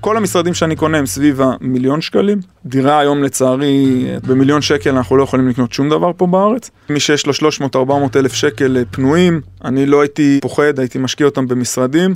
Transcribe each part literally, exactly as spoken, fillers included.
כל המשרדים שאני קונה הם סביב המיליון שקלים. דירה היום לצערי, במיליון שקל אנחנו לא יכולים לקנות שום דבר פה בארץ. מי שיש לו שלוש מאות עד ארבע מאות אלף שקל פנויים, אני לא הייתי פוחד, הייתי משקיע אותם במשרדים.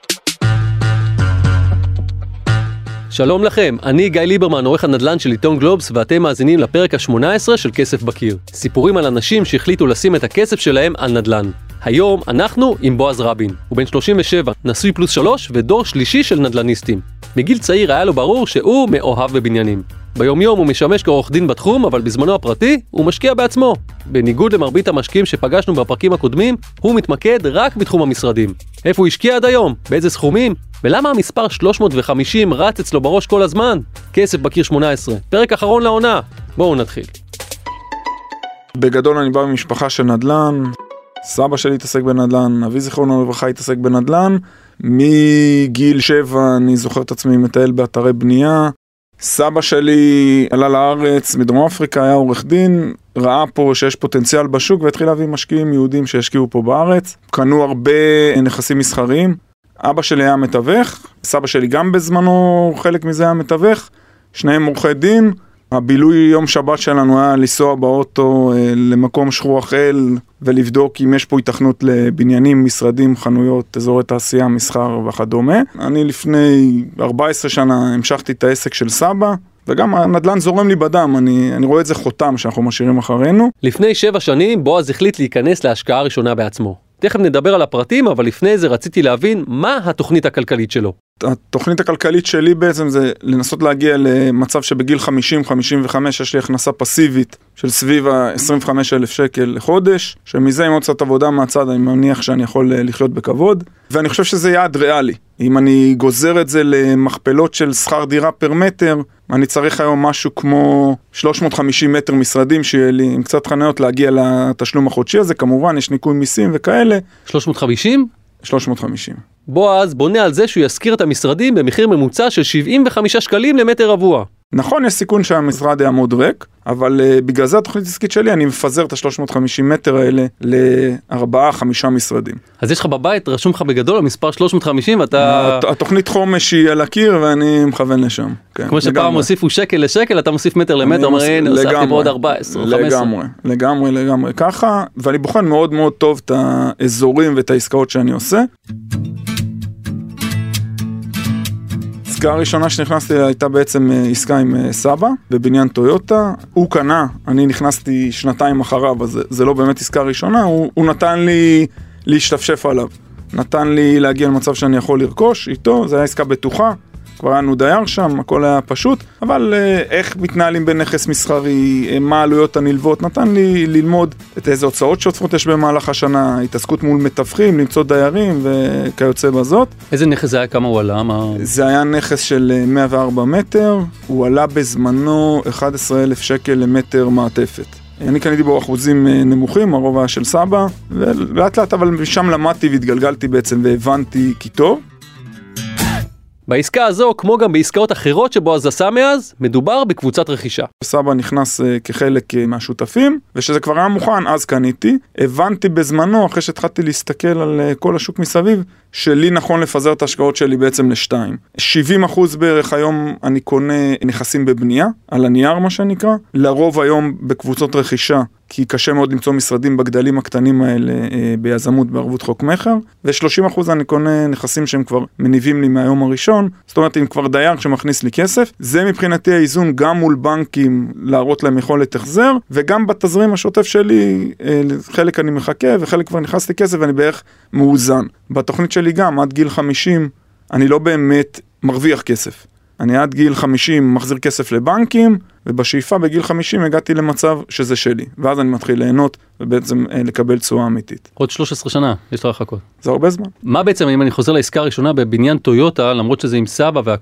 שלום לכם, אני גיא ליברמן, עורך הנדל"ן של עיתון גלובס, ואתם מאזינים לפרק ה-שמונה עשרה של כסף בקיר. סיפורים על אנשים שהחליטו לשים את הכסף שלהם על נדל"ן. היום אנחנו עם בועז רבין. הוא בן שלושים ושבע, נשוי פלוס שלוש ודור שלישי של נדל"ניסטים. מגיל צעיר היה לו ברור שהוא מאוהב בבניינים. ביום יום הוא משמש כעורך דין בתחום, אבל בזמנו הפרטי הוא משקיע בעצמו. בניגוד למרבית המשקיעים שפגשנו בפרקים הקודמים, הוא מתמקד רק בתחום המשרדים. איפה הוא השקיע עד היום? באיזה סכומים? ולמה המספר שלוש מאות וחמישים רץ אצלו בראש כל הזמן? כסף בקיר שמונה עשרה, פרק אחרון לעונה. בואו נתחיל. בגדול אני בא ממשפחה של נדל"ן, סבא שלי התעסק בנדל"ן, אבי זיכרונו לברכה התעסק בנדל"ן, מגיל שבע אני זוכר את עצמי מטייל באתרי בנייה. סבא שלי עלה לארץ מדרום אפריקה, היה עורך דין, ראה פה שיש פוטנציאל בשוק והתחיל להביא משקיעים יהודים שהשקיעו פה בארץ, קנו הרבה נכסים מסחריים. אבא שלי היה מתווך, סבא שלי גם בזמנו חלק מזה היה מתווך, שניהם עורכי דין. הבילוי יום שבת שלנו היה לנסוע באוטו אה, למקום שכוח אל ולבדוק אם יש פה התכנות לבניינים, משרדים, חנויות, אזורי תעשייה, מסחר וכדומה. אני לפני ארבע עשרה שנה המשכתי את העסק של סבא, וגם הנדל"ן זורם לי בדם, אני, אני רואה את זה חותם שאנחנו משאירים אחרינו. לפני שבע שנים בועז החליט להיכנס להשקעה ראשונה בעצמו. תכף נדבר על הפרטים, אבל לפני זה רציתי להבין מה התוכנית הכלכלית שלו. התוכנית הכלכלית שלי בעצם זה לנסות להגיע למצב שבגיל חמישים חמישים וחמש יש לי הכנסה פסיבית של סביב ה-עשרים וחמישה אלף שקל לחודש, שמזה עם עוד קצת עבודה מהצד אני מניח שאני יכול לחיות בכבוד, ואני חושב שזה יעד ריאלי. אם אני גוזר את זה למכפלות של שכר דירה פר מטר, אני צריך היום משהו כמו שלוש מאות וחמישים מטר משרדים שיהיה לי עם קצת חניות להגיע לתשלום החודשי הזה, כמובן יש ניקוי מיסים וכאלה. שלוש מאות וחמישים? שלוש מאות וחמישים. בועז בונה על זה שהוא יזכיר את המשרדים במחיר ממוצע של שבעים וחמישה שקלים למטר רבוע. נכון, יש סיכון שהמשרד יעמוד ריק, אבל uh, בגלל זה התוכנית עסקית שלי, אני מפזר את ה-שלוש מאות וחמישים מטר האלה לארבעה, חמישה משרדים. אז יש לך בבית, רשום לך בגדול, המספר שלוש מאות וחמישים, ואתה... התוכנית חומש היא על הקיר, ואני מכוון לשם. כן, כמו שפעם מוסיפו שקל לשקל, אתה מוסיף מטר למטר, אומר, הנה, הוספתי בעוד ארבע עשרה, חמש עשרה. לגמרי, לגמרי, לגמרי, ככה, ואני בוחן מאוד מאוד טוב את האזורים ואת העסקאות שאני עושה. העסקה הראשונה שנכנסתי הייתה בעצם עסקה עם סבא, בבניין טויוטה. הוא קנה, אני נכנסתי שנתיים אחריו, אז זה לא באמת עסקה ראשונה, הוא, הוא נתן לי להשתפשף עליו. נתן לי להגיע למצב שאני יכול לרכוש איתו, זה היה עסקה בטוחה, כבר היה לנו דייר שם, הכל היה פשוט, אבל איך מתנהלים בנכס מסחרי, מה העלויות הנלוות, נתן לי ללמוד את איזה הוצאות שוטפות יש במהלך השנה, התעסקות מול מתווכים, למצוא דיירים וכיוצא בזאת. איזה נכס זה היה? כמה הוא עלה? מה... זה היה נכס של מאה וארבע מטר, הוא עלה בזמנו אחד עשר אלף שקל למטר מעטפת. אני קניתי בו אחוזים נמוכים, הרוב היה של סבא, ולאט לאט אבל משם למדתי והתגלגלתי בעצם והבנתי כי טוב. בעסקה הזו, כמו גם בעסקאות אחרות שבועז עשה מאז, מדובר בקבוצת רכישה. סבא נכנס uh, כחלק uh, מהשותפים, ושזה כבר היה מוכן, אז קניתי. הבנתי בזמנו, אחרי שהתחלתי להסתכל על uh, כל השוק מסביב, שלי נכון לפזר את ההשקעות שלי בעצם לשתיים. שבעים אחוז בערך היום אני קונה נכסים בבנייה, על הנייר מה שנקרא, לרוב היום בקבוצות רכישה, כי קשה מאוד למצוא משרדים בגדלים הקטנים האלה אה, ביזמות בערבות חוק מחר, ו-שלושים אחוז אני קונה נכסים שהם כבר מניבים לי מהיום הראשון, זאת אומרת אם כבר דייר שמכניס לי כסף, זה מבחינתי האיזון גם מול בנקים להראות להם יכולת החזר, וגם בתזרים השוטף שלי, אה, חלק אני מחכה וחלק כבר נכנס לי כסף ואני בערך מאוזן. בתוכנית שלי גם עד גיל חמישים אני לא באמת מרוויח כסף. אני עד גיל חמישים מחזיר כסף לבנקים, ובשאיפה בגיל חמישים הגעתי למצב שזה שלי. ואז אני מתחיל ליהנות ובעצם לקבל תשואה אמיתית. עוד שלוש עשרה שנה, יש לך לחכות. זה הרבה זמן. מה בעצם, אם אני חוזר לעסקה הראשונה בבניין טויוטה, למרות שזה עם סבא והכל,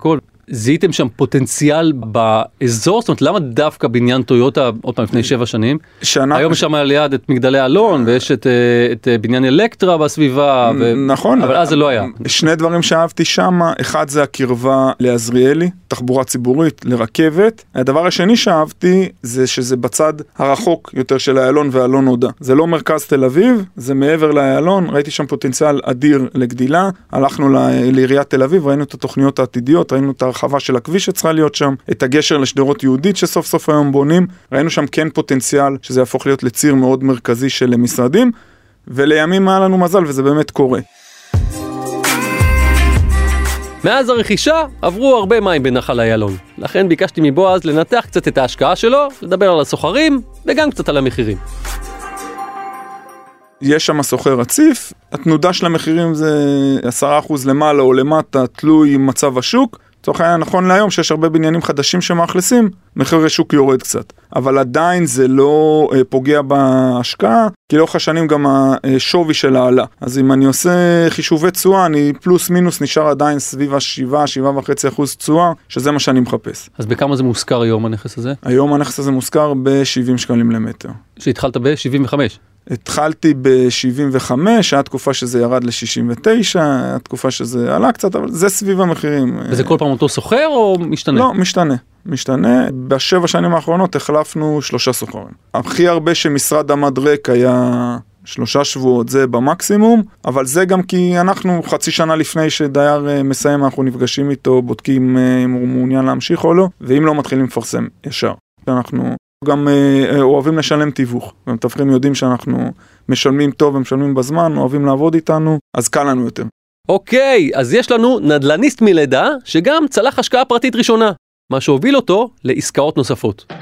זיהיתם שם פוטנציאל באזור? זאת אומרת, למה דווקא בניין טויוטה, עוד פעם לפני שבע שנים? שאנחנו... היום יש שם ליד את מגדלי אלון, ויש את, את בניין אלקטרה בסביבה, ו... נכון. אבל אז זה לא היה. שני דברים שאהבתי שם, אחד זה הקרבה לעזריאלי, תחבורה ציבורית, לרכבת. הדבר השני שאהבתי, זה שזה בצד הרחוק יותר של האלון ואלון הודה. זה לא מרכז תל אביב, זה מעבר לאלון, ראיתי שם פוטנציאל אדיר לגדילה, הלכנו לעיריית תל אביב, ראינו את התוכניות העתידיות, ראינו את הרחבה של הכביש שצריכה להיות שם, את הגשר לשדרות יהודית שסוף סוף היום בונים, ראינו שם כן פוטנציאל שזה יהפוך להיות לציר מאוד מרכזי של משרדים, ולימים היה לנו מזל וזה באמת קורה. מאז הרכישה עברו הרבה מים בנחל איילון, לכן ביקשתי מבועז לנתח קצת את ההשקעה שלו, לדבר על הסוחרים וגם קצת על המחירים. יש שם סוחר רציף, התנודה של המחירים זה עשרה אחוז למעלה או למטה, תלוי מצב השוק. צורך היה נכון להיום שיש הרבה בניינים חדשים שמאכלסים, מחיר השוק יורד קצת. אבל עדיין זה לא פוגע בהשקעה, כי לאורך השנים גם השווי של העלה. אז אם אני עושה חישובי תשואה, אני פלוס מינוס נשאר עדיין סביב ה-שבע, שבע וחצי אחוז תשואה, שזה מה שאני מחפש. אז בכמה זה מוזכר היום הנכס הזה? היום הנכס הזה מוזכר ב-שבעים שקלים למטר. שהתחלת ב-שבעים וחמש? התחלתי ב-שבעים וחמש, היה תקופה שזה ירד ל-שישים ותשע, היה תקופה שזה עלה קצת, אבל זה סביב המחירים. וזה כל פעם אותו סוחר או משתנה? לא, משתנה. משתנה. בשבע שנים האחרונות החלפנו שלושה סוחרים. הכי הרבה שמשרד עמד ריק היה שלושה שבועות, זה במקסימום, אבל זה גם כי אנחנו חצי שנה לפני שדייר מסיים, אנחנו נפגשים איתו, בודקים אם הוא מעוניין להמשיך או לא, ואם לא מתחילים לפרסם ישר. אנחנו גם אה, אוהבים לשלם תיווך, ומתווכים יודעים שאנחנו משלמים טוב ומשלמים בזמן, אוהבים לעבוד איתנו, אז קל לנו יותר. אוקיי, אז יש לנו נדלניסט מלידה, שגם צלח השקעה פרטית ראשונה, מה שהוביל אותו לעסקאות נוספות.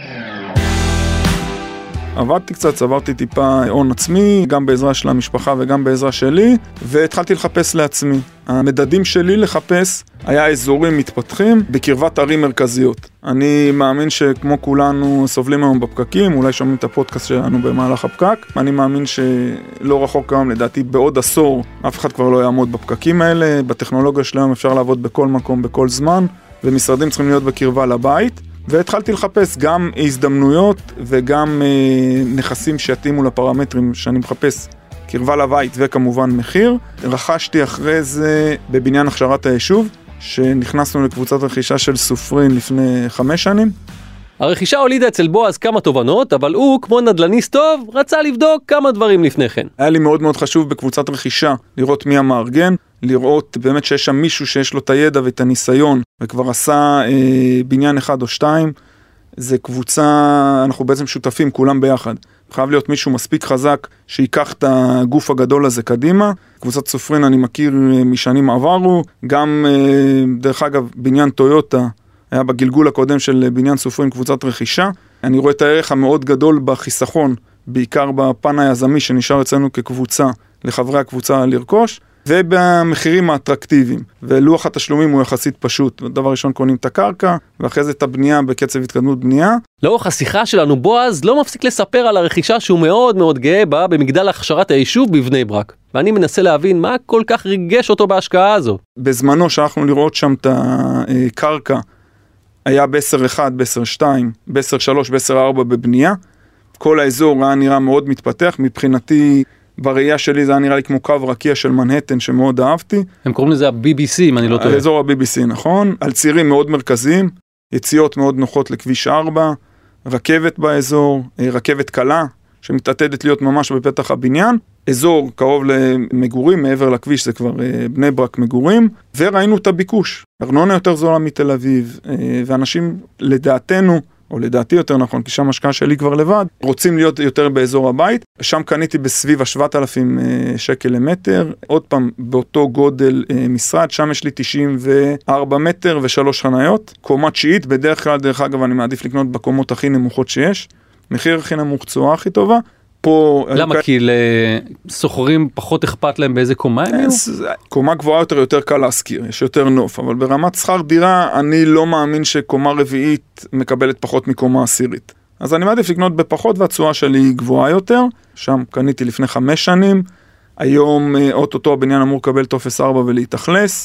עבדתי קצת, צברתי טיפה הון עצמי, גם בעזרה של המשפחה וגם בעזרה שלי, והתחלתי לחפש לעצמי. המדדים שלי לחפש היה אזורים מתפתחים בקרבת ערים מרכזיות. אני מאמין שכמו כולנו סובלים היום בפקקים, אולי שומעים את הפודקאסט שלנו במהלך הפקק, אני מאמין שלא רחוק היום, לדעתי בעוד עשור, אף אחד כבר לא יעמוד בפקקים האלה, בטכנולוגיה של היום אפשר לעבוד בכל מקום, בכל זמן, ומשרדים צריכים להיות בקרבה לבית. והתחלתי לחפש גם הזדמנויות וגם אה, נכסים שיתאימו לפרמטרים שאני מחפש, קרבה לבית וכמובן מחיר. רכשתי אחרי זה בבניין הכשרת היישוב, שנכנסנו לקבוצת רכישה של סופרין לפני חמש שנים. הרכישה הולידה אצל בועז כמה תובנות, אבל הוא, כמו נדלניסט טוב, רצה לבדוק כמה דברים לפני כן. היה לי מאוד מאוד חשוב בקבוצת רכישה לראות מי המארגן, לראות באמת שיש שם מישהו שיש לו את הידע ואת הניסיון, וכבר עשה אה, בניין אחד או שתיים. זה קבוצה, אנחנו בעצם שותפים כולם ביחד. חייב להיות מישהו מספיק חזק שיקח את הגוף הגדול הזה קדימה. קבוצת סופרין אני מכיר משנים עברו, גם אה, דרך אגב בניין טויוטה, היה בגלגול הקודם של בניין סופרין קבוצת רכישה. אני רואה את הערך המאוד גדול בחיסכון, בעיקר בפן היזמי שנשאר אצלנו כקבוצה, לחברי הקבוצה לרכוש, ובמחירים האטרקטיביים. ולוח התשלומים הוא יחסית פשוט. דבר ראשון קונים את הקרקע, ואחרי זה את הבנייה בקצב התקדמות בנייה. לאורך השיחה שלנו, בועז לא מפסיק לספר על הרכישה שהוא מאוד מאוד גאה בה במגדל הכשרת היישוב בבני ברק. ואני מנסה להבין מה כל כך ריגש אותו בהשקעה הזו. בזמנו שהלכנו לראות שם את הקרקע, היה ב-עשר אחד, ב-עשר שתיים, ב-עשר שלוש, בעשר ארבע בבנייה. כל האזור היה נראה מאוד מתפתח. מבחינתי, בראייה שלי זה היה נראה לי כמו קו רקיע של מנהטן שמאוד אהבתי. הם קוראים לזה ה-בי בי סי, אם אני לא טועה. האזור ה-בי בי סי, נכון. על צירים מאוד מרכזיים, יציאות מאוד נוחות לכביש ארבע, רכבת באזור, רכבת קלה, שמתעתדת להיות ממש בפתח הבניין. אזור קרוב למגורים, מעבר לכביש זה כבר בני ברק מגורים, וראינו את הביקוש. ארנונה יותר זולה מתל אביב, ואנשים לדעתנו, או לדעתי יותר נכון, כי שם השקעה שלי כבר לבד, רוצים להיות יותר באזור הבית. שם קניתי בסביב ה-שבעת אלפים שקל למטר, עוד פעם באותו גודל משרד, שם יש לי תשעים וארבע מטר ושלוש חניות, קומה תשיעית, בדרך כלל דרך אגב אני מעדיף לקנות בקומות הכי נמוכות שיש, מחיר הכי נמוך, צורה הכי טובה. פה... למה? אני... כי לסוחרים פחות אכפת להם באיזה קומה הם יהיו? קומה גבוהה יותר, יותר קל להזכיר, יש יותר נוף, אבל ברמת שכר דירה אני לא מאמין שקומה רביעית מקבלת פחות מקומה עשירית. אז אני מעדיף לקנות בפחות והצורה שלי גבוהה יותר, שם קניתי לפני חמש שנים, היום אוטוטו הבניין אמור לקבל טופס ארבע ולהתאכלס,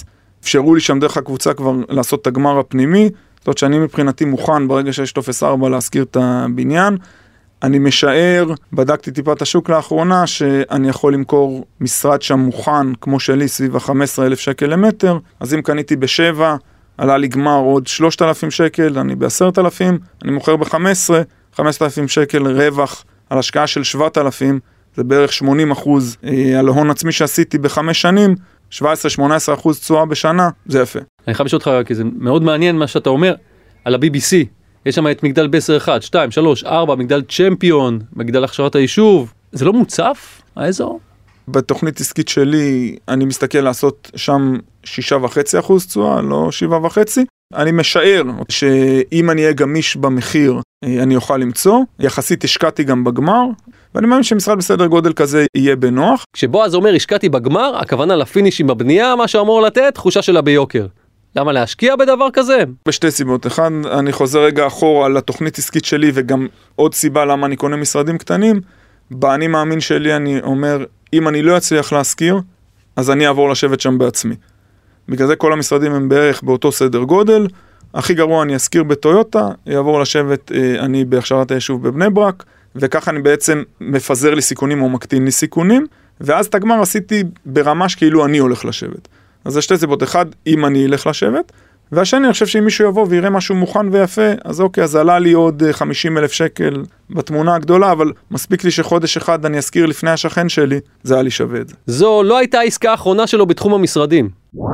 אפשרו לי שם דרך הקבוצה כבר לעשות את הגמר הפנימי, זאת אומרת שאני מבחינתי מוכן ברגע שיש טופס ארבע להזכיר את הבניין. אני משער, בדקתי טיפת השוק לאחרונה, שאני יכול למכור משרד שם מוכן, כמו שלי, סביב ה-חמישה עשר אלף שקל למטר, אז אם קניתי בשבע, עלה לי גמר עוד שלושת אלפים שקל, אני ב-עשרת אלפים, אני מוכר ב-חמש עשרה, חמשת אלפים שקל רווח על השקעה של שבעת אלפים, זה בערך שמונים אחוז על ההון עצמי שעשיתי בחמש שנים, שבע עשרה שמונה עשרה אחוז תשואה בשנה, זה יפה. אני חייב לשאול אותך, כי זה מאוד מעניין מה שאתה אומר, על ה-בי בי סי. יש שם את מגדל בסר אחד, שתיים, שלוש, ארבע, מגדל צ'מפיון, מגדל הכשרת היישוב. זה לא מוצף, האזור? בתוכנית עסקית שלי, אני מסתכל לעשות שם שישה וחצי אחוז תשואה, לא שבעה וחצי. אני משער שאם אני אהיה גמיש במחיר, אני אוכל למצוא. יחסית השקעתי גם בגמר, ואני מאמין שמשרד בסדר גודל כזה יהיה בנוח. כשבועז אומר השקעתי בגמר, הכוונה לפינישים בבנייה, מה שאמור לתת, תחושה שלה ביוקר. למה להשקיע בדבר כזה? בשתי סיבות. אחד, אני חוזר רגע אחורה על התוכנית עסקית שלי, וגם עוד סיבה למה אני קונה משרדים קטנים. באני מאמין שלי אני אומר, אם אני לא אצליח להשכיר, אז אני אעבור לשבת שם בעצמי. בגלל זה כל המשרדים הם בערך באותו סדר גודל. הכי גרוע אני אשכיר בטויוטה, יעבור לשבת אני בהכשרת היישוב בבני ברק, וככה אני בעצם מפזר לי סיכונים או מקטין לי סיכונים, ואז את הגמר עשיתי ברמה שכאילו אני הולך לשבת. אז זה שתי סיבות. אחד, אם אני אלך לשבת, והשני, אני חושב שאם מישהו יבוא ויראה משהו מוכן ויפה, אז אוקיי, אז עלה לי עוד חמישים אלף שקל בתמונה הגדולה, אבל מספיק לי שחודש אחד אני אזכיר לפני השכן שלי, זה היה לי שווה את זה. זו לא הייתה העסקה האחרונה שלו בתחום המשרדים.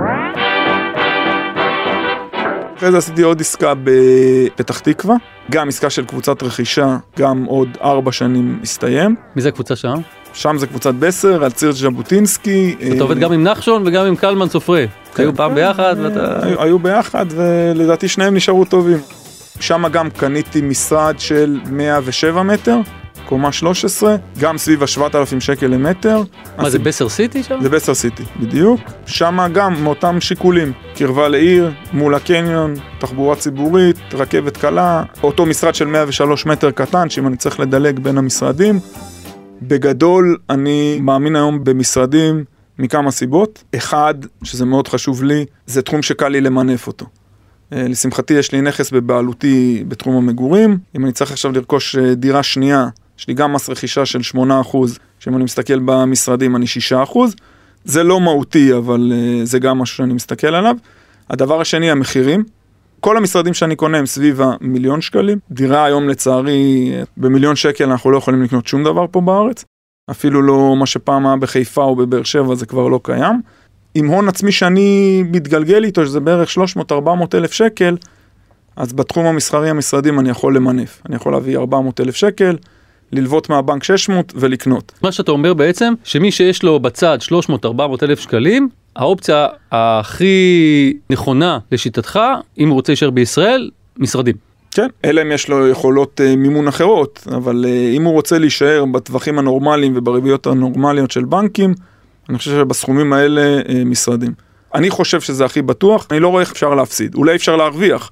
אחרי זה עשיתי עוד עסקה בפתח תקווה, גם עסקה של קבוצת רכישה, גם עוד ארבע שנים הסתיים. מי זה קבוצה שם? שם זה קבוצת בסר, על ציר ז'בוטינסקי. אתה עובד גם עם נחשון וגם עם קלמן סופרי. היו פעם ביחד ואתה... היו ביחד ולדעתי שניהם נשארו טובים. שם גם קניתי משרד של מאה ושבע מטר, קומה שלוש עשרה, גם סביב ה-שבעת אלפים שקל למטר. מה זה בסר סיטי שם? זה בסר סיטי, בדיוק. שם גם מאותם שיקולים, קרבה לעיר, מול הקניון, תחבורה ציבורית, רכבת קלה, אותו משרד של מאה ושלושה מטר קטן, שאם אני צריך לדלג בין המשרדים. בגדול, אני מאמין היום במשרדים מכמה סיבות. אחד, שזה מאוד חשוב לי, זה תחום שקל לי למנף אותו. לשמחתי, יש לי נכס בבעלותי בתחום המגורים. אם אני צריך עכשיו לרכוש דירה שנייה, יש לי גם מס רכישה של שמונה אחוז, שאם אני מסתכל במשרדים אני שישה אחוז. זה לא מהותי, אבל זה גם משהו שאני מסתכל עליו. הדבר השני, המחירים. כל המשרדים שאני קונה הם סביב המיליון שקלים. דירה היום לצערי, במיליון שקל אנחנו לא יכולים לקנות שום דבר פה בארץ. אפילו לא מה שפעם היה בחיפה או בבאר שבע, זה כבר לא קיים. עם הון עצמי שאני מתגלגל איתו, שזה בערך שלוש מאות עד ארבע מאות אלף שקל, אז בתחום המסחרי המשרדים אני יכול למנף. אני יכול להביא ארבע מאות אלף שקל, ללוות מהבנק שש מאות ולקנות. מה שאתה אומר בעצם, שמי שיש לו בצד שלוש מאות עד ארבע מאות אלף שקלים, האופציה הכי נכונה לשיטתך, אם הוא רוצה להישאר בישראל, משרדים. כן, אלא אם יש לו יכולות uh, מימון אחרות, אבל uh, אם הוא רוצה להישאר בטווחים הנורמליים ובריביות הנורמליות של בנקים, אני חושב שבסכומים האלה uh, משרדים. אני חושב שזה הכי בטוח, אני לא רואה איך אפשר להפסיד, אולי אפשר להרוויח.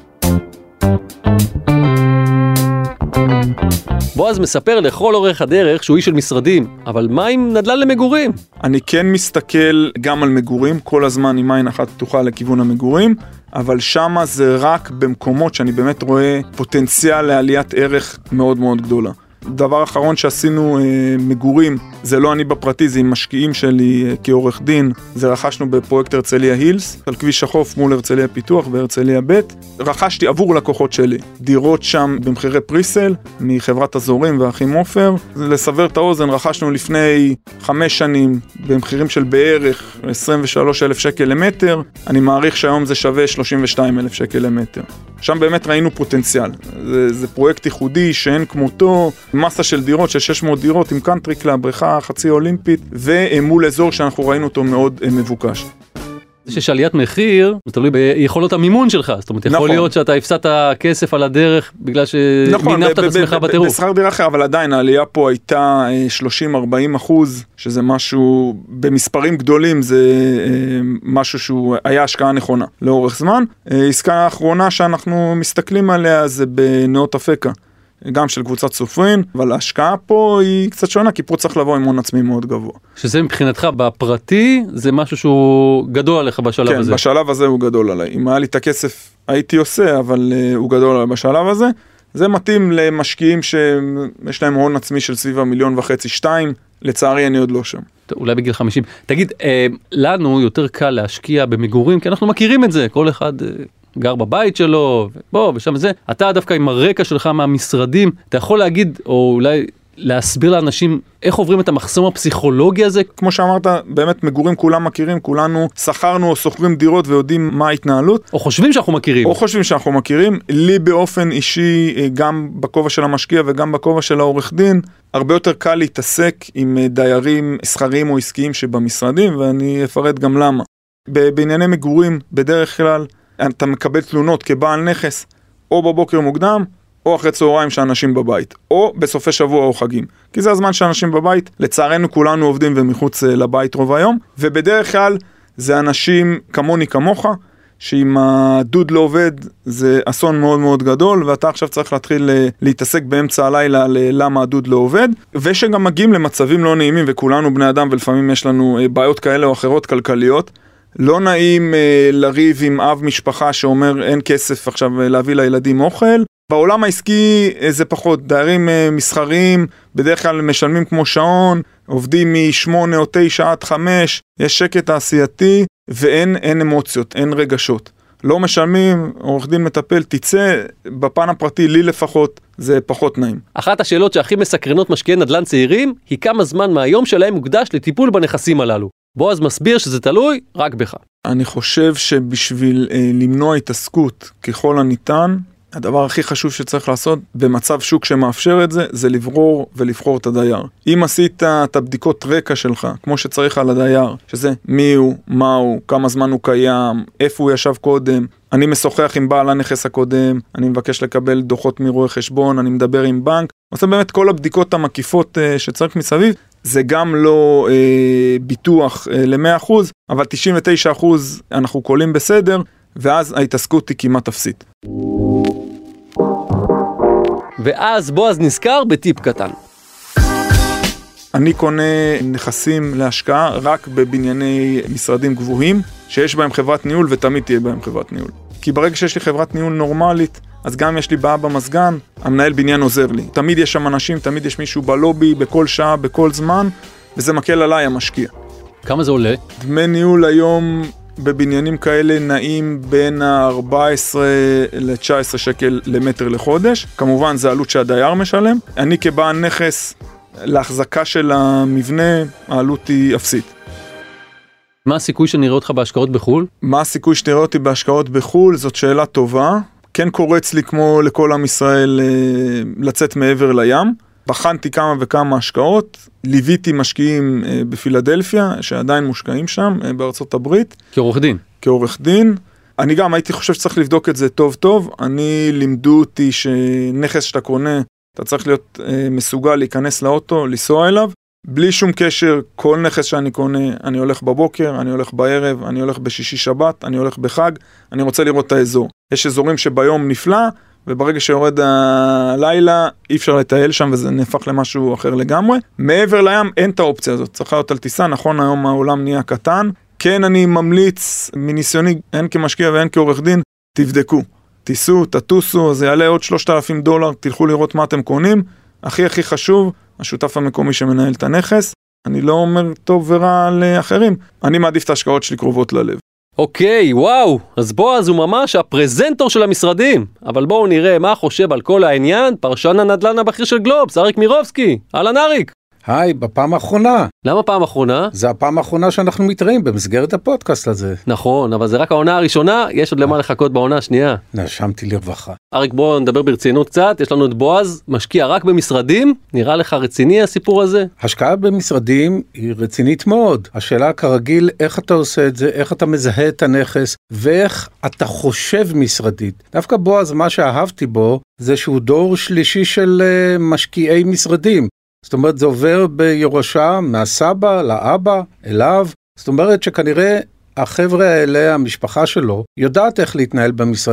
בועז מספר לכל אורך הדרך שהוא איש של משרדים, אבל מה עם נדל"ן למגורים? אני כן מסתכל גם על מגורים, כל הזמן עם עין אחת פתוחה לכיוון המגורים, אבל שמה זה רק במקומות שאני באמת רואה פוטנציאל לעליית ערך מאוד מאוד גדולה. דבר אחרון שעשינו אה, מגורים, זה לא אני בפרטי, זה עם משקיעים שלי אה, כעורך דין, זה רכשנו בפרויקט הרצליה הילס, על כביש החוף מול הרצליה פיתוח בהרצליה ב', רכשתי עבור לקוחות שלי, דירות שם במחירי פריסל, מחברת הזורים והאחים עופר, לסבר את האוזן, רכשנו לפני חמש שנים, במחירים של בערך עשרים ושלושה אלף שקל למטר, אני מעריך שהיום זה שווה שלושים ושניים אלף שקל למטר. שם באמת ראינו פוטנציאל, זה, זה פרויקט ייחודי שאין כמותו, מסה של דירות, של שש מאות דירות עם קאנטרי קלאב, בריכה חצי אולימפית, ומול אזור שאנחנו ראינו אותו מאוד מבוקש. זה שיש עליית מחיר, זה תלוי ביכולות המימון שלך, זאת אומרת, יכול נכון. להיות שאתה הפסדת כסף על הדרך, בגלל שמינפת נכון, את עצמך בטירוף. בשכר דירה אחר, אבל עדיין העלייה פה הייתה שלושים עד ארבעים אחוז, שזה משהו, במספרים גדולים, זה משהו שהוא היה השקעה נכונה, לאורך זמן. עסקה האחרונה שאנחנו מסתכלים עליה, זה בנאות אפקה, גם של קבוצת סופרין, אבל ההשקעה פה היא קצת שונה, כי פה צריך לבוא עם הון עצמי מאוד גבוה. שזה מבחינתך בפרטי, זה משהו שהוא גדול עליך בשלב כן, הזה. כן, בשלב הזה הוא גדול עליי. אם היה לי את הכסף, הייתי עושה, אבל uh, הוא גדול עליי בשלב הזה. זה מתאים למשקיעים שיש להם הון עצמי של סביב המיליון וחצי, שתיים, לצערי אני עוד לא שם. אולי בגיל חמישים. תגיד, אה, לנו יותר קל להשקיע במגורים, כי אנחנו מכירים את זה, כל אחד... אה... גר בבית שלו, בוא, ושם זה. אתה דווקא עם הרקע שלך מהמשרדים, אתה יכול להגיד, או אולי להסביר לאנשים איך עוברים את המחסום הפסיכולוגי הזה? כמו שאמרת, באמת מגורים כולם מכירים, כולנו שכרנו או שוכרים דירות ויודעים מה ההתנהלות. או חושבים שאנחנו מכירים. או חושבים שאנחנו מכירים. לי באופן אישי, גם בכובע של המשקיע וגם בכובע של העורך דין, הרבה יותר קל להתעסק עם דיירים שכריים או עסקיים שבמשרדים, ואני אפרט גם למה. בענייני מגורים, בדרך כלל, אתה מקבל תלונות כבעל נכס, או בבוקר מוקדם, או אחרי צהריים שאנשים בבית, או בסופי שבוע או חגים. כי זה הזמן שאנשים בבית, לצערנו כולנו עובדים ומחוץ לבית רוב היום, ובדרך כלל זה אנשים כמוני כמוך, שאם הדוד לא עובד זה אסון מאוד מאוד גדול, ואתה עכשיו צריך להתחיל להתעסק באמצע הלילה ללמה הדוד לא עובד, ושגם מגיעים למצבים לא נעימים, וכולנו בני אדם ולפעמים יש לנו בעיות כאלה או אחרות כלכליות, לא נעים אה, לריב עם אב משפחה שאומר אין כסף עכשיו להביא לילדים אוכל. בעולם העסקי אה, זה פחות, דיירים אה, מסחריים, בדרך כלל משלמים כמו שעון, עובדים משמונה או תשע עד חמש, יש שקט תעשייתי ואין אין אמוציות, אין רגשות. לא משלמים, עורך דין מטפל, תצא, בפן הפרטי לי לפחות, זה פחות נעים. אחת השאלות שהכי מסקרנות משקיעי נדל"ן צעירים, היא כמה זמן מהיום שלהם מוקדש לטיפול בנכסים הללו. בועז מסביר שזה תלוי רק בך. אני חושב שבשביל אה, למנוע התעסקות ככל הניתן, הדבר הכי חשוב שצריך לעשות במצב שוק שמאפשר את זה, זה לברור ולבחור את הדייר. אם עשית את הבדיקות רקע שלך, כמו שצריך על הדייר, שזה מי הוא, מה הוא, כמה זמן הוא קיים, איפה הוא ישב קודם, אני משוחח עם בעל הנכס הקודם, אני מבקש לקבל דוחות מרואה חשבון, אני מדבר עם בנק, עושה באמת כל הבדיקות המקיפות אה, שצריך מסביב, זה גם לא אה, ביטוח אה, ל-מאה אחוז, אבל תשעים ותשעה אחוז אנחנו קולים בסדר, ואז ההתעסקות היא כמעט אפסית. ואז בועז נזכר בטיפ קטן. אני קונה נכסים להשקעה רק בבנייני משרדים גבוהים, שיש בהם חברת ניהול ותמיד תהיה בהם חברת ניהול. כי ברגע שיש לי חברת ניהול נורמלית, אז גם יש לי בעיה במסגן, המנהל בניין עוזר לי. תמיד יש שם אנשים, תמיד יש מישהו בלובי, בכל שעה, בכל זמן, וזה מקל עליי המשקיע. כמה זה עולה? דמי ניהול היום בבניינים כאלה נעים בין ה-ארבע עשרה ל-תשע עשרה שקל למטר לחודש. כמובן זה עלות שהדייר משלם. אני כבעל נכס, להחזקה של המבנה, העלות היא אפסית. מה הסיכוי שנראה אותך בהשקעות בחול? מה הסיכוי שנראה אותי בהשקעות בחול? זאת שאלה טובה. כן קורץ לי כמו לכל עם ישראל לצאת מעבר לים. בחנתי כמה וכמה השקעות, ליוויתי משקיעים בפילדלפיה, שעדיין מושקעים שם, בארצות הברית. כעורך דין. כעורך דין. אני גם הייתי חושב שצריך לבדוק את זה טוב טוב. אני לימדו אותי שנכס שאתה קונה, אתה צריך להיות מסוגל להיכנס לאוטו, לנסוע אליו. בלי שום קשר, כל נכס שאני קונה, אני הולך בבוקר, אני הולך בערב, אני הולך בשישי שבת, אני הולך בחג, אני רוצה לראות את האזור. יש אזורים שביום נפלא, וברגע שיורד הלילה אי אפשר לטייל שם וזה נהפך למשהו אחר לגמרי. מעבר לים אין את האופציה הזאת, צריך להיות על טיסה, נכון היום העולם נהיה קטן. כן אני ממליץ מניסיוני, הן כמשקיע והן כעורך דין, תבדקו, תיסו, תטוסו, זה יעלה עוד שלושת אלפים דולר, תלכו לראות מה אתם קונים. הכי הכי חשוב, השותף המקומי שמנהל את הנכס, אני לא אומר טוב ורע לאחרים, אני מעדיף את ההשקעות שלי קרובות ללב. אוקיי, וואו, אז בועז הוא ממש הפרזנטור של המשרדים. אבל בואו נראה מה חושב על כל העניין, פרשן הנדל"ן הבכיר של גלובס, אריק מירובסקי. אהלן אריק. היי, בפעם האחרונה. למה פעם האחרונה? זה הפעם האחרונה שאנחנו מתראים במסגרת הפודקאסט הזה. נכון, אבל זה רק העונה הראשונה, יש עוד למה לחכות בעונה השנייה. נשמתי לרווחה. אריק, בואו נדבר ברצינות קצת, יש לנו את בועז, משקיע רק במשרדים, נראה לך רציני הסיפור הזה? השקעה במשרדים היא רצינית מאוד. השאלה כרגיל, איך אתה עושה את זה, איך אתה מזהה את הנכס, ואיך אתה חושב משרדית. דווקא בועז, מה שאהבתי בו, זה שהוא דור שלישי של uh, משקיעי משרדים. זאת אומרת, זה עובר בירושה מהסבא לאבא, אליו. זאת אומרת שכנראה החבר'ה האלה, המשפחה שלו, יודעת איך להתנהל במשרדים.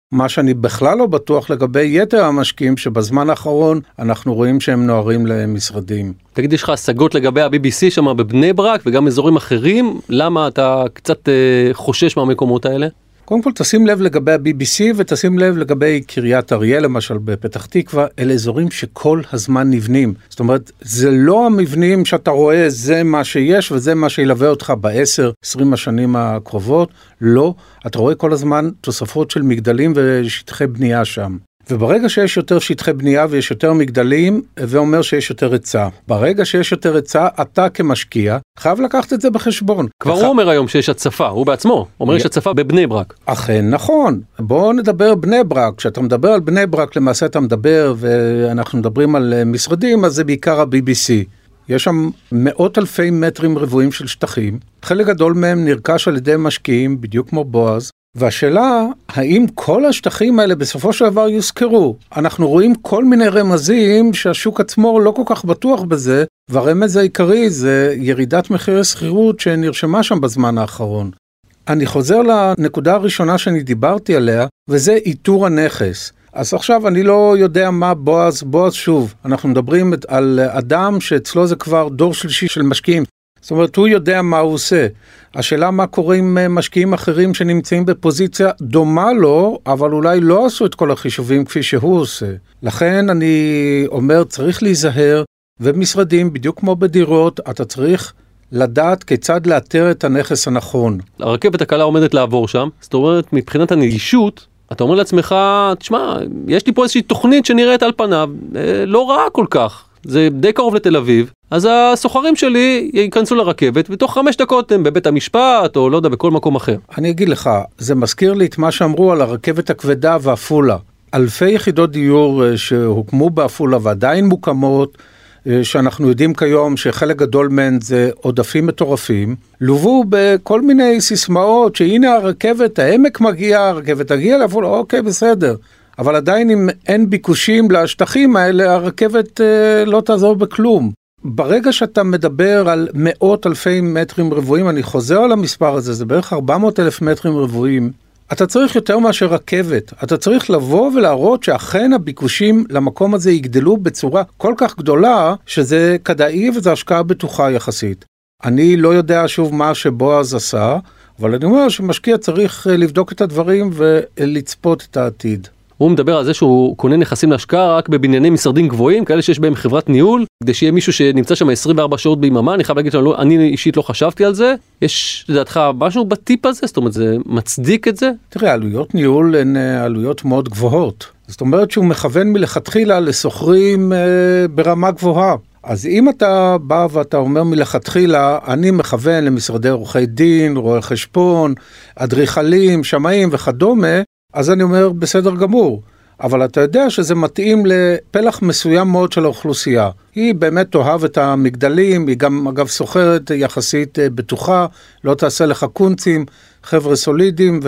מה שאני בכלל לא בטוח לגבי יתר המשקיעים, שבזמן האחרון אנחנו רואים שהם נוערים למשרדים. תגיד, יש לך השגות לגבי ה-בי בי סי שם בבני ברק וגם אזורים אחרים? למה אתה קצת אה, חושש מהמקומות האלה? קודם כל תשים לב לגבי ה-בי בי סי ותשים לב לגבי קריית אריה למשל בפתח תקווה, אלה אזורים שכל הזמן נבנים. זאת אומרת, זה לא המבנים שאתה רואה, זה מה שיש וזה מה שילווה אותך ב-עשר עשרים השנים הקרובות, לא, אתה רואה כל הזמן תוספות של מגדלים ושטחי בנייה שם. וברגע שיש יותר שטחי בנייה ויש יותר מגדלים, זה אומר שיש יותר היצע. ברגע שיש יותר היצע, אתה כמשקיע חייב לקחת את זה בחשבון. כבר הוא אומר היום שיש הצפה, הוא בעצמו, אומר יש הצפה בבני ברק. אכן, נכון. בואו נדבר בני ברק. כשאתה מדבר על בני ברק, למעשה אתה מדבר, ואנחנו מדברים על משרדים, אז זה בעיקר ה-בי בי סי. יש שם מאות אלפי מטרים רבועים של שטחים. חלק גדול מהם נרכש על ידי משקיעים, בדיוק כמו בועז. והשאלה, האם כל השטחים האלה בסופו של דבר יוזכרו? אנחנו רואים כל מיני רמזים שהשוק עצמו לא כל כך בטוח בזה, והרמז העיקרי זה ירידת מחירי שכירות שנרשמה שם בזמן האחרון. אני חוזר לנקודה הראשונה שאני דיברתי עליה, וזה איתור הנכס. אז עכשיו אני לא יודע מה בועז, בועז שוב, אנחנו מדברים על אדם שאצלו זה כבר דור שלישי של משקיעים. זאת אומרת, הוא יודע מה הוא עושה. השאלה מה קורה עם משקיעים אחרים שנמצאים בפוזיציה דומה לו, אבל אולי לא עשו את כל החישובים כפי שהוא עושה. לכן אני אומר, צריך להיזהר, ומשרדים, בדיוק כמו בדירות, אתה צריך לדעת כיצד לאתר את הנכס הנכון. הרכבת הקלה עומדת לעבור שם, זאת אומרת, מבחינת הנגישות, אתה אומר לעצמך, תשמע, יש לי פה איזושהי תוכנית שנראית על פניו, לא רעה כל כך. זה די קרוב לתל אביב, אז הסוחרים שלי ייכנסו לרכבת, ותוך חמש דקות הם בבית המשפט, או לא יודע, בכל מקום אחר. אני אגיד לך, זה מזכיר לי את מה שאמרו על הרכבת הכבדה ואפולה. אלפי יחידות דיור שהוקמו באפולה ועדיין מוקמות, שאנחנו יודעים כיום שחלק גדול מהן זה עודפים מטורפים, לובו בכל מיני סיסמאות, שהנה הרכבת, העמק מגיע, הרכבת הגיעה לאפולה, אוקיי, בסדר. אבל עדיין אם אין ביקושים לשטחים האלה, הרכבת אה, לא תעזור בכלום. ברגע שאתה מדבר על מאות אלפי מטרים רבועים, אני חוזר על המספר הזה, זה בערך ארבע מאות אלף מטרים רבועים, אתה צריך יותר מאשר רכבת. אתה צריך לבוא ולהראות שאכן הביקושים למקום הזה יגדלו בצורה כל כך גדולה, שזה כדאי וזו השקעה בטוחה יחסית. אני לא יודע שוב מה שבועז עשה, אבל אני אומר שמשקיע צריך לבדוק את הדברים ולצפות את העתיד. הוא מדבר על זה שהוא קונה נכסים להשקעה רק בבנייני משרדים גבוהים, כאלה שיש בהם חברת ניהול, כדי שיהיה מישהו שנמצא שם עשרים וארבע שעות ביממה. אני חייב להגיד שאני אישית לא חשבתי על זה. יש לדעתך משהו בטיפ הזה? זאת אומרת, זה מצדיק את זה? תראה, עלויות ניהול הן עלויות מאוד גבוהות. זאת אומרת שהוא מכוון מלכתחילה לסוחרים אה, ברמה גבוהה. אז אם אתה בא ואתה אומר מלכתחילה, אני מכוון למשרדי עורכי דין, רואי חשבון, אדריכלים, שמאים וכדומה, אז אני אומר בסדר גמור, אבל אתה יודע שזה מתאים לפלח מסוים מאוד של האוכלוסייה. היא באמת תאהב את המגדלים, היא גם אגב סוחרת יחסית בטוחה, לא תעשה לך קונצים, חבר'ה סולידים,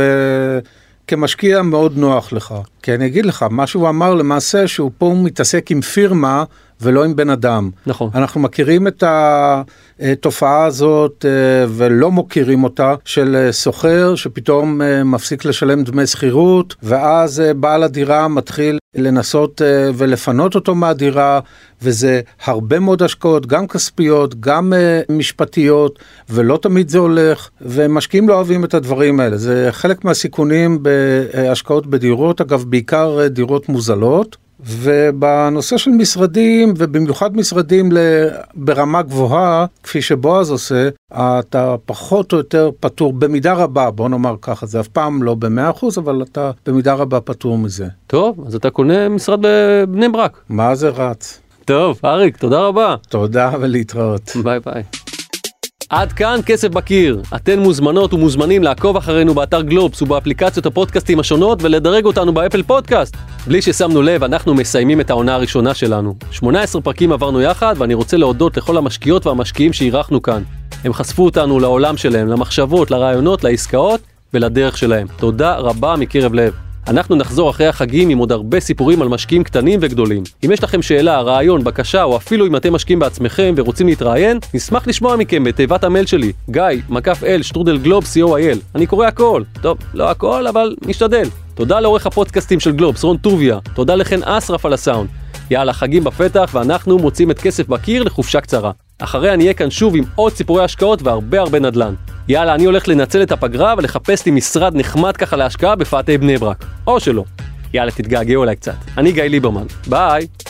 וכמשקיע מאוד נוח לך. כי אני אגיד לך, מה שהוא אמר למעשה שהוא פה מתעסק עם פירמה, ולא עם בן אדם. נכון. אנחנו מכירים את התופעה הזאת ולא מוכירים אותה של סוחר שפתאום מפסיק לשלם דמי שכירות, ואז בעל הדירה מתחיל לנסות ולפנות אותו מהדירה, וזה הרבה מאוד השקעות, גם כספיות, גם משפטיות, ולא תמיד זה הולך, ומשקיעים לא אוהבים את הדברים האלה. זה חלק מהסיכונים בהשקעות בדירות, אגב בעיקר דירות מוזלות, ובנושא של משרדים, ובמיוחד משרדים ברמה גבוהה, כפי שבועז עושה, אתה פחות או יותר פטור במידה רבה, בוא נאמר ככה, זה אף פעם לא ב-מאה אחוז, אבל אתה במידה רבה פטור מזה. טוב, אז אתה קונה משרד בבני ברק. מה זה רץ? טוב, אריק, תודה רבה. תודה ולהתראות. ביי ביי. עד כאן כסף בקיר. אתן מוזמנות ומוזמנים לעקוב אחרינו באתר גלובס ובאפליקציות הפודקאסטים השונות ולדרג אותנו באפל פודקאסט. בלי ששמנו לב, אנחנו מסיימים את העונה הראשונה שלנו. שמונה עשרה פרקים עברנו יחד, ואני רוצה להודות לכל המשקיעות והמשקיעים שאירחנו כאן. הם חשפו אותנו לעולם שלהם, למחשבות, לרעיונות, לעסקאות ולדרך שלהם. תודה רבה מקרב לב. אנחנו נחזור אחרי החגים עם עוד הרבה סיפורים על משקיעים קטנים וגדולים. אם יש לכם שאלה, רעיון, בקשה, או אפילו אם אתם משקיעים בעצמכם ורוצים להתראיין, נשמח לשמוע מכם בתיבת המייל שלי, גיא, מקף אל, שטרודל גלוב, סי או איי אל. אני קורא הכל. טוב, לא הכל, אבל נשתדל. תודה לעורך הפודקאסטים של גלובס, רון טוביה. תודה לכן אסרף על הסאונד. יאללה, חגים בפתח, ואנחנו מוצאים את כסף בקיר לחופשה קצרה. אחרי אני אהיה כאן שוב עם עוד סיפורי השקעות והרבה הרבה נדל"ן. יאללה, אני הולך לנצל את הפגרה ולחפש לי משרד נחמד ככה להשקעה בפאתי בני ברק. או שלא. יאללה, תתגעגעו אליי קצת. אני גיא ליברמן. ביי!